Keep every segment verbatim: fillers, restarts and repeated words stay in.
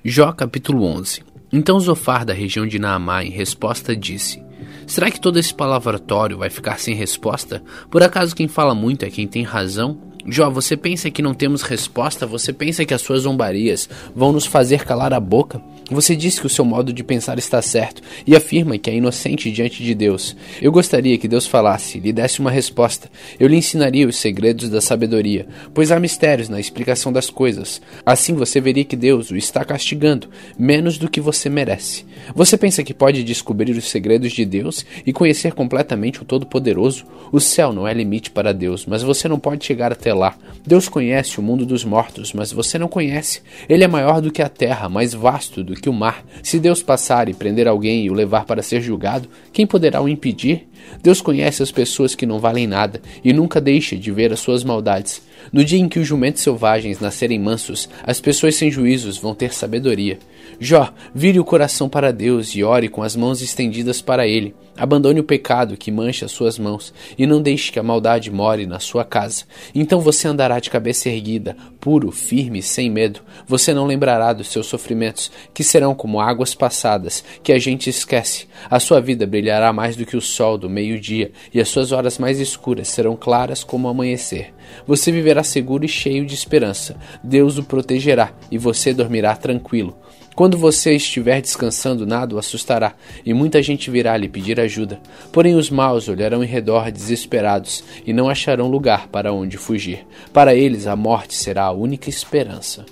Jó capítulo onze. Então Zofar, da região de Naamá, em resposta disse: será que todo esse palavratório vai ficar sem resposta? Por acaso quem fala muito é quem tem razão? Jó, você pensa que não temos resposta? Você pensa que as suas zombarias vão nos fazer calar a boca? Você diz que o seu modo de pensar está certo e afirma que é inocente diante de Deus. Eu gostaria que Deus falasse, lhe desse uma resposta. Eu lhe ensinaria os segredos da sabedoria, pois há mistérios na explicação das coisas. Assim você veria que Deus o está castigando, menos do que você merece. Você pensa que pode descobrir os segredos de Deus e conhecer completamente o Todo-Poderoso? O céu não é limite para Deus, mas você não pode chegar até lá. Deus conhece o mundo dos mortos, mas você não conhece. Ele é maior do que a terra, mais vasto do que o mar. Se Deus passar e prender alguém e o levar para ser julgado, quem poderá o impedir? Deus conhece as pessoas que não valem nada e nunca deixa de ver as suas maldades. No dia em que os jumentos selvagens nascerem mansos, as pessoas sem juízos vão ter sabedoria. Jó, vire o coração para Deus e ore com as mãos estendidas para Ele. Abandone o pecado que mancha as suas mãos e não deixe que a maldade more na sua casa. Então você andará de cabeça erguida, puro, firme, sem medo. Você não lembrará dos seus sofrimentos, que serão como águas passadas, que a gente esquece. A sua vida brilhará mais do que o sol do meio-dia, e as suas horas mais escuras serão claras como o amanhecer. Você viverá seguro e cheio de esperança. Deus o protegerá e você dormirá tranquilo. Quando você estiver descansando, nada o assustará, e muita gente virá lhe pedir ajuda. Porém os maus olharão em redor desesperados, e não acharão lugar para onde fugir. Para eles a morte será a única esperança.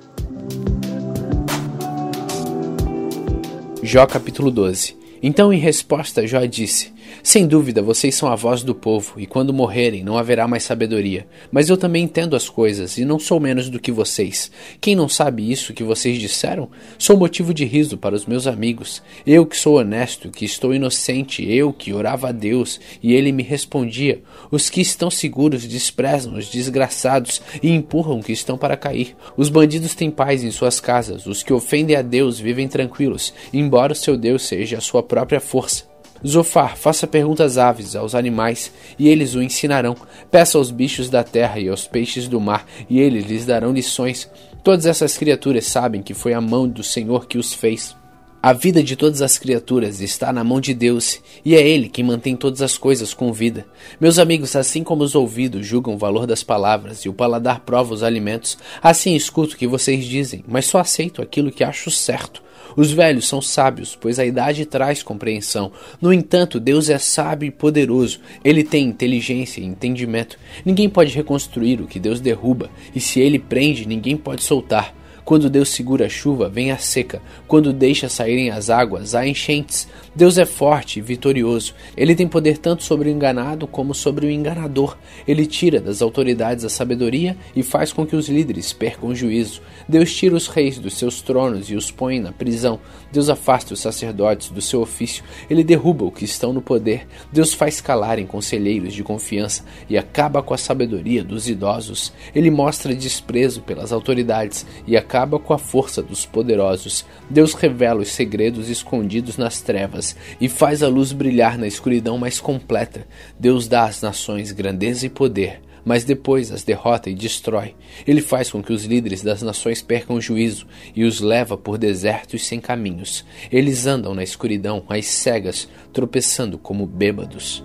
Jó capítulo doze. Então, em resposta, Jó disse: sem dúvida, vocês são a voz do povo, e quando morrerem não haverá mais sabedoria. Mas eu também entendo as coisas, e não sou menos do que vocês. Quem não sabe isso que vocês disseram? Sou motivo de riso para os meus amigos. Eu que sou honesto, que estou inocente, eu que orava a Deus, e ele me respondia. Os que estão seguros desprezam os desgraçados e empurram os que estão para cair. Os bandidos têm paz em suas casas, os que ofendem a Deus vivem tranquilos, embora o seu Deus seja a sua própria força. Zofar, faça perguntas aves aos animais, e eles o ensinarão. Peça aos bichos da terra e aos peixes do mar, e eles lhes darão lições. Todas essas criaturas sabem que foi a mão do Senhor que os fez. A vida de todas as criaturas está na mão de Deus, e é Ele quem mantém todas as coisas com vida. Meus amigos, assim como os ouvidos julgam o valor das palavras e o paladar prova os alimentos, assim escuto o que vocês dizem, mas só aceito aquilo que acho certo. Os velhos são sábios, pois a idade traz compreensão. No entanto, Deus é sábio e poderoso. Ele tem inteligência e entendimento. Ninguém pode reconstruir o que Deus derruba, e se Ele prende, ninguém pode soltar. Quando Deus segura a chuva, vem a seca. Quando deixa saírem as águas, há enchentes. Deus é forte e vitorioso. Ele tem poder tanto sobre o enganado como sobre o enganador. Ele tira das autoridades a sabedoria e faz com que os líderes percam o juízo. Deus tira os reis dos seus tronos e os põe na prisão. Deus afasta os sacerdotes do seu ofício. Ele derruba os que estão no poder. Deus faz calarem conselheiros de confiança e acaba com a sabedoria dos idosos. Ele mostra desprezo pelas autoridades e acaba acaba com a força dos poderosos. Deus revela os segredos escondidos nas trevas e faz a luz brilhar na escuridão mais completa. Deus dá às nações grandeza e poder, mas depois as derrota e destrói. Ele faz com que os líderes das nações percam o juízo e os leva por desertos sem caminhos. Eles andam na escuridão, às cegas, tropeçando como bêbados.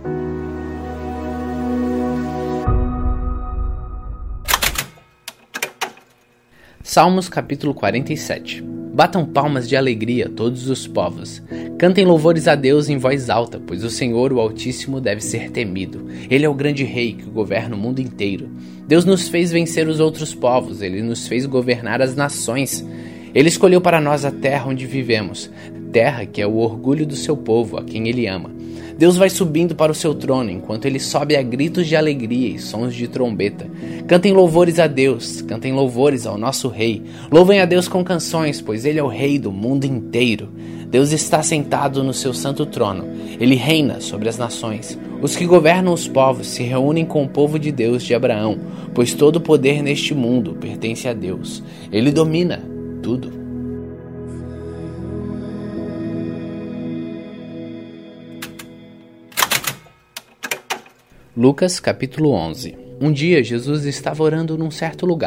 Salmos capítulo quarenta e sete. Batam palmas de alegria todos os povos. Cantem louvores a Deus em voz alta, pois o Senhor, o Altíssimo, deve ser temido. Ele é o grande rei que governa o mundo inteiro. Deus nos fez vencer os outros povos, Ele nos fez governar as nações. Ele escolheu para nós a terra onde vivemos, terra que é o orgulho do seu povo, a quem Ele ama. Deus vai subindo para o seu trono, enquanto Ele sobe a gritos de alegria e sons de trombeta. Cantem louvores a Deus, cantem louvores ao nosso Rei. Louvem a Deus com canções, pois Ele é o Rei do mundo inteiro. Deus está sentado no seu santo trono. Ele reina sobre as nações. Os que governam os povos se reúnem com o povo de Deus de Abraão, pois todo o poder neste mundo pertence a Deus. Ele domina tudo. Lucas capítulo onze. Um dia Jesus estava orando num certo lugar.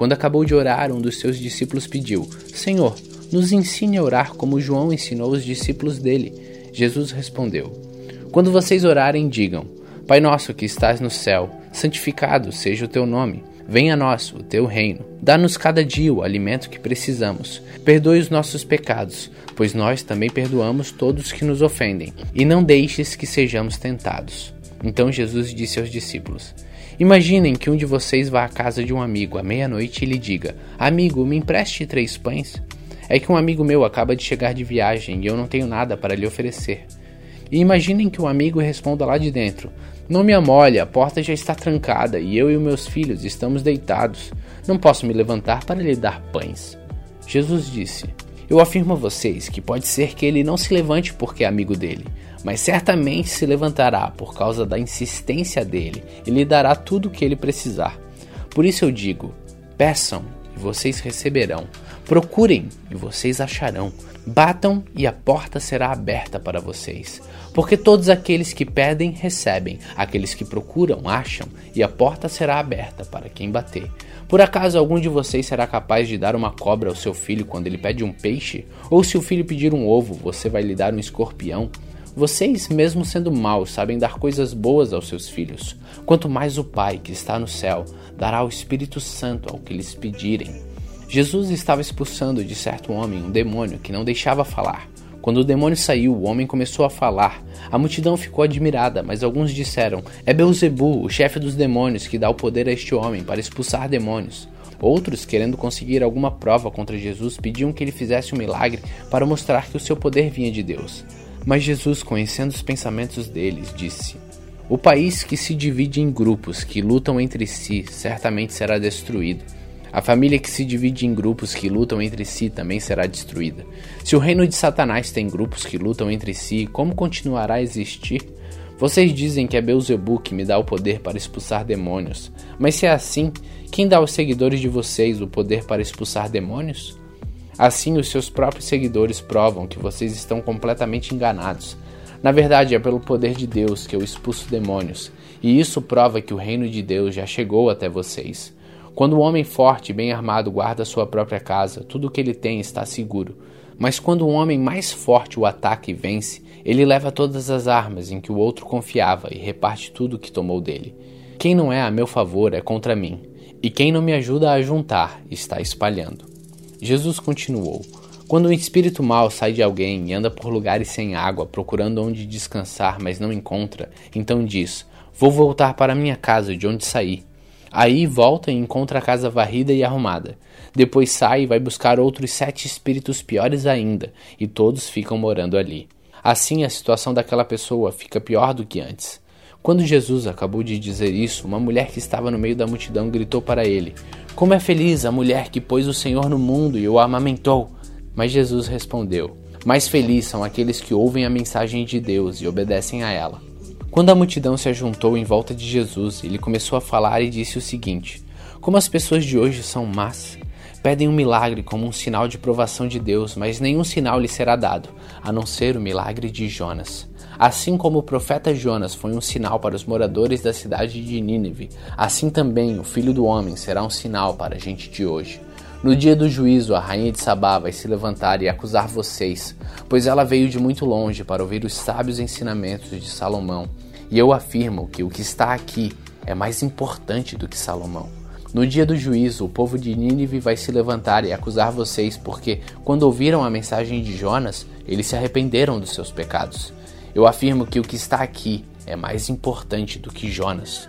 Quando acabou de orar, um dos seus discípulos pediu: Senhor, nos ensine a orar como João ensinou os discípulos dele. Jesus respondeu: Quando vocês orarem, digam: Pai nosso que estás no céu, santificado seja o teu nome. Venha a nós o teu reino. Dá-nos cada dia o alimento que precisamos. Perdoe os nossos pecados, pois nós também perdoamos todos que nos ofendem. E não deixes que sejamos tentados. Então Jesus disse aos discípulos: Imaginem que um de vocês vá à casa de um amigo à meia-noite e lhe diga: Amigo, me empreste três pães? É que um amigo meu acaba de chegar de viagem e eu não tenho nada para lhe oferecer. E imaginem que um amigo responda lá de dentro: Não me amole, a porta já está trancada e eu e os meus filhos estamos deitados. Não posso me levantar para lhe dar pães. Jesus disse: Eu afirmo a vocês que pode ser que ele não se levante porque é amigo dele, mas certamente se levantará por causa da insistência dele e lhe dará tudo o que ele precisar. Por isso eu digo: peçam e vocês receberão. Procurem e vocês acharão. Batam e a porta será aberta para vocês. Porque todos aqueles que pedem, recebem. Aqueles que procuram, acham. E a porta será aberta para quem bater. Por acaso algum de vocês será capaz de dar uma cobra ao seu filho quando ele pede um peixe? Ou se o filho pedir um ovo, você vai lhe dar um escorpião? Vocês, mesmo sendo maus, sabem dar coisas boas aos seus filhos. Quanto mais o Pai, que está no céu, dará o Espírito Santo ao que lhes pedirem. Jesus estava expulsando de certo homem um demônio que não deixava falar. Quando o demônio saiu, o homem começou a falar. A multidão ficou admirada, mas alguns disseram: É Beelzebu, o chefe dos demônios, que dá o poder a este homem para expulsar demônios. Outros, querendo conseguir alguma prova contra Jesus, pediam que ele fizesse um milagre para mostrar que o seu poder vinha de Deus. Mas Jesus, conhecendo os pensamentos deles, disse: O país que se divide em grupos que lutam entre si certamente será destruído. A família que se divide em grupos que lutam entre si também será destruída. Se o reino de Satanás tem grupos que lutam entre si, como continuará a existir? Vocês dizem que é Beelzebu que me dá o poder para expulsar demônios. Mas se é assim, quem dá aos seguidores de vocês o poder para expulsar demônios? Assim, os seus próprios seguidores provam que vocês estão completamente enganados. Na verdade, é pelo poder de Deus que eu expulso demônios, e isso prova que o reino de Deus já chegou até vocês. Quando o homem forte e bem armado guarda sua própria casa, tudo o que ele tem está seguro. Mas quando um homem mais forte o ataca e vence, ele leva todas as armas em que o outro confiava e reparte tudo o que tomou dele. Quem não é a meu favor é contra mim, e quem não me ajuda a juntar está espalhando. Jesus continuou: Quando um espírito mau sai de alguém e anda por lugares sem água, procurando onde descansar, mas não encontra, então diz: Vou voltar para minha casa de onde saí. Aí volta e encontra a casa varrida e arrumada. Depois sai e vai buscar outros sete espíritos piores ainda, e todos ficam morando ali. Assim a situação daquela pessoa fica pior do que antes. Quando Jesus acabou de dizer isso, uma mulher que estava no meio da multidão gritou para ele: Como é feliz a mulher que pôs o Senhor no mundo e o amamentou! Mas Jesus respondeu: Mais felizes são aqueles que ouvem a mensagem de Deus e obedecem a ela. Quando a multidão se ajuntou em volta de Jesus, ele começou a falar e disse o seguinte: Como as pessoas de hoje são más! Pedem um milagre como um sinal de provação de Deus, mas nenhum sinal lhe será dado, a não ser o milagre de Jonas. Assim como o profeta Jonas foi um sinal para os moradores da cidade de Nínive, assim também o Filho do Homem será um sinal para a gente de hoje. No dia do juízo, a rainha de Sabá vai se levantar e acusar vocês, pois ela veio de muito longe para ouvir os sábios ensinamentos de Salomão. E eu afirmo que o que está aqui é mais importante do que Salomão. No dia do juízo, o povo de Nínive vai se levantar e acusar vocês, porque, quando ouviram a mensagem de Jonas, eles se arrependeram dos seus pecados. Eu afirmo que o que está aqui é mais importante do que Jonas.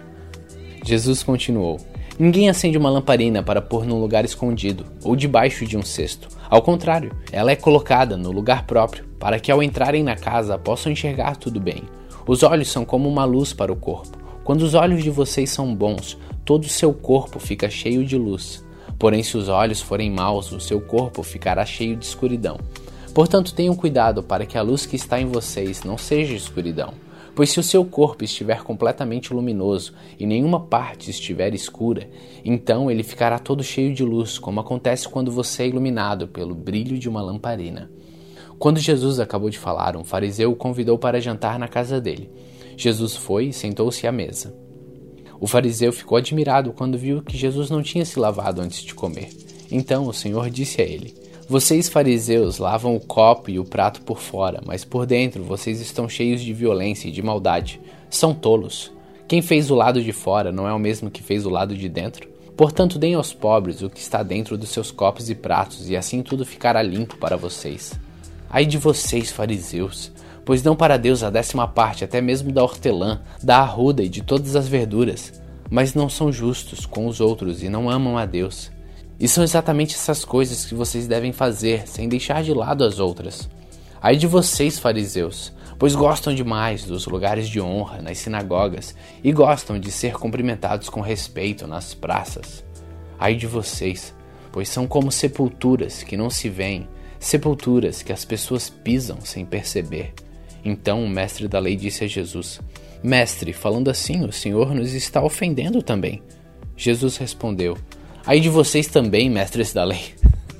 Jesus continuou: Ninguém acende uma lamparina para pôr num lugar escondido, ou debaixo de um cesto. Ao contrário, ela é colocada no lugar próprio, para que ao entrarem na casa possam enxergar tudo bem. Os olhos são como uma luz para o corpo. Quando os olhos de vocês são bons, todo o seu corpo fica cheio de luz. Porém, se os olhos forem maus, o seu corpo ficará cheio de escuridão. Portanto, tenham cuidado para que a luz que está em vocês não seja escuridão. Pois se o seu corpo estiver completamente luminoso e nenhuma parte estiver escura, então ele ficará todo cheio de luz, como acontece quando você é iluminado pelo brilho de uma lamparina. Quando Jesus acabou de falar, um fariseu o convidou para jantar na casa dele. Jesus foi e sentou-se à mesa. O fariseu ficou admirado quando viu que Jesus não tinha se lavado antes de comer. Então o Senhor disse a ele: Vocês fariseus lavam o copo e o prato por fora, mas por dentro vocês estão cheios de violência e de maldade. São tolos. Quem fez o lado de fora não é o mesmo que fez o lado de dentro? Portanto, deem aos pobres o que está dentro dos seus copos e pratos, e assim tudo ficará limpo para vocês. Ai de vocês, fariseus, pois dão para Deus a décima parte até mesmo da hortelã, da arruda e de todas as verduras, mas não são justos com os outros e não amam a Deus. E são exatamente essas coisas que vocês devem fazer, sem deixar de lado as outras. Ai de vocês, fariseus, pois gostam demais dos lugares de honra nas sinagogas e gostam de ser cumprimentados com respeito nas praças. Ai de vocês, pois são como sepulturas que não se veem, sepulturas que as pessoas pisam sem perceber. Então o mestre da lei disse a Jesus: Mestre, falando assim, o Senhor nos está ofendendo também. Jesus respondeu: Ai de vocês também, mestres da lei,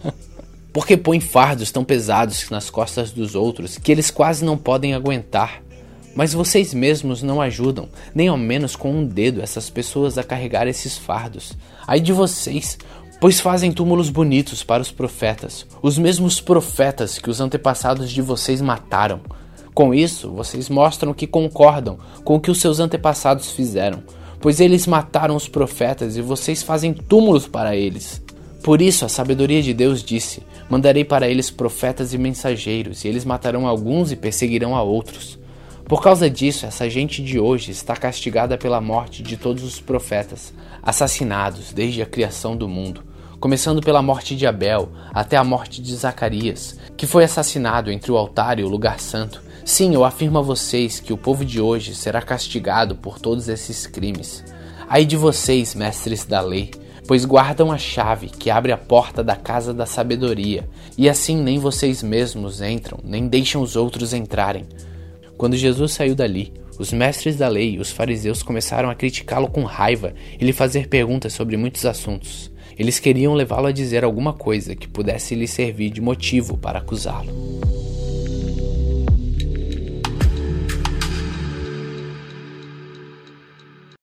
porque põem fardos tão pesados nas costas dos outros que eles quase não podem aguentar. Mas vocês mesmos não ajudam, nem ao menos com um dedo, essas pessoas a carregar esses fardos. Ai de vocês, pois fazem túmulos bonitos para os profetas, os mesmos profetas que os antepassados de vocês mataram. Com isso, vocês mostram que concordam com o que os seus antepassados fizeram, pois eles mataram os profetas e vocês fazem túmulos para eles. Por isso a sabedoria de Deus disse: Mandarei para eles profetas e mensageiros, e eles matarão alguns e perseguirão a outros. Por causa disso, essa gente de hoje está castigada pela morte de todos os profetas, assassinados desde a criação do mundo, começando pela morte de Abel até a morte de Zacarias, que foi assassinado entre o altar e o lugar santo. Sim, eu afirmo a vocês que o povo de hoje será castigado por todos esses crimes. Ai de vocês, mestres da lei, pois guardam a chave que abre a porta da casa da sabedoria, e assim nem vocês mesmos entram, nem deixam os outros entrarem. Quando Jesus saiu dali, os mestres da lei e os fariseus começaram a criticá-lo com raiva e lhe fazer perguntas sobre muitos assuntos. Eles queriam levá-lo a dizer alguma coisa que pudesse lhe servir de motivo para acusá-lo.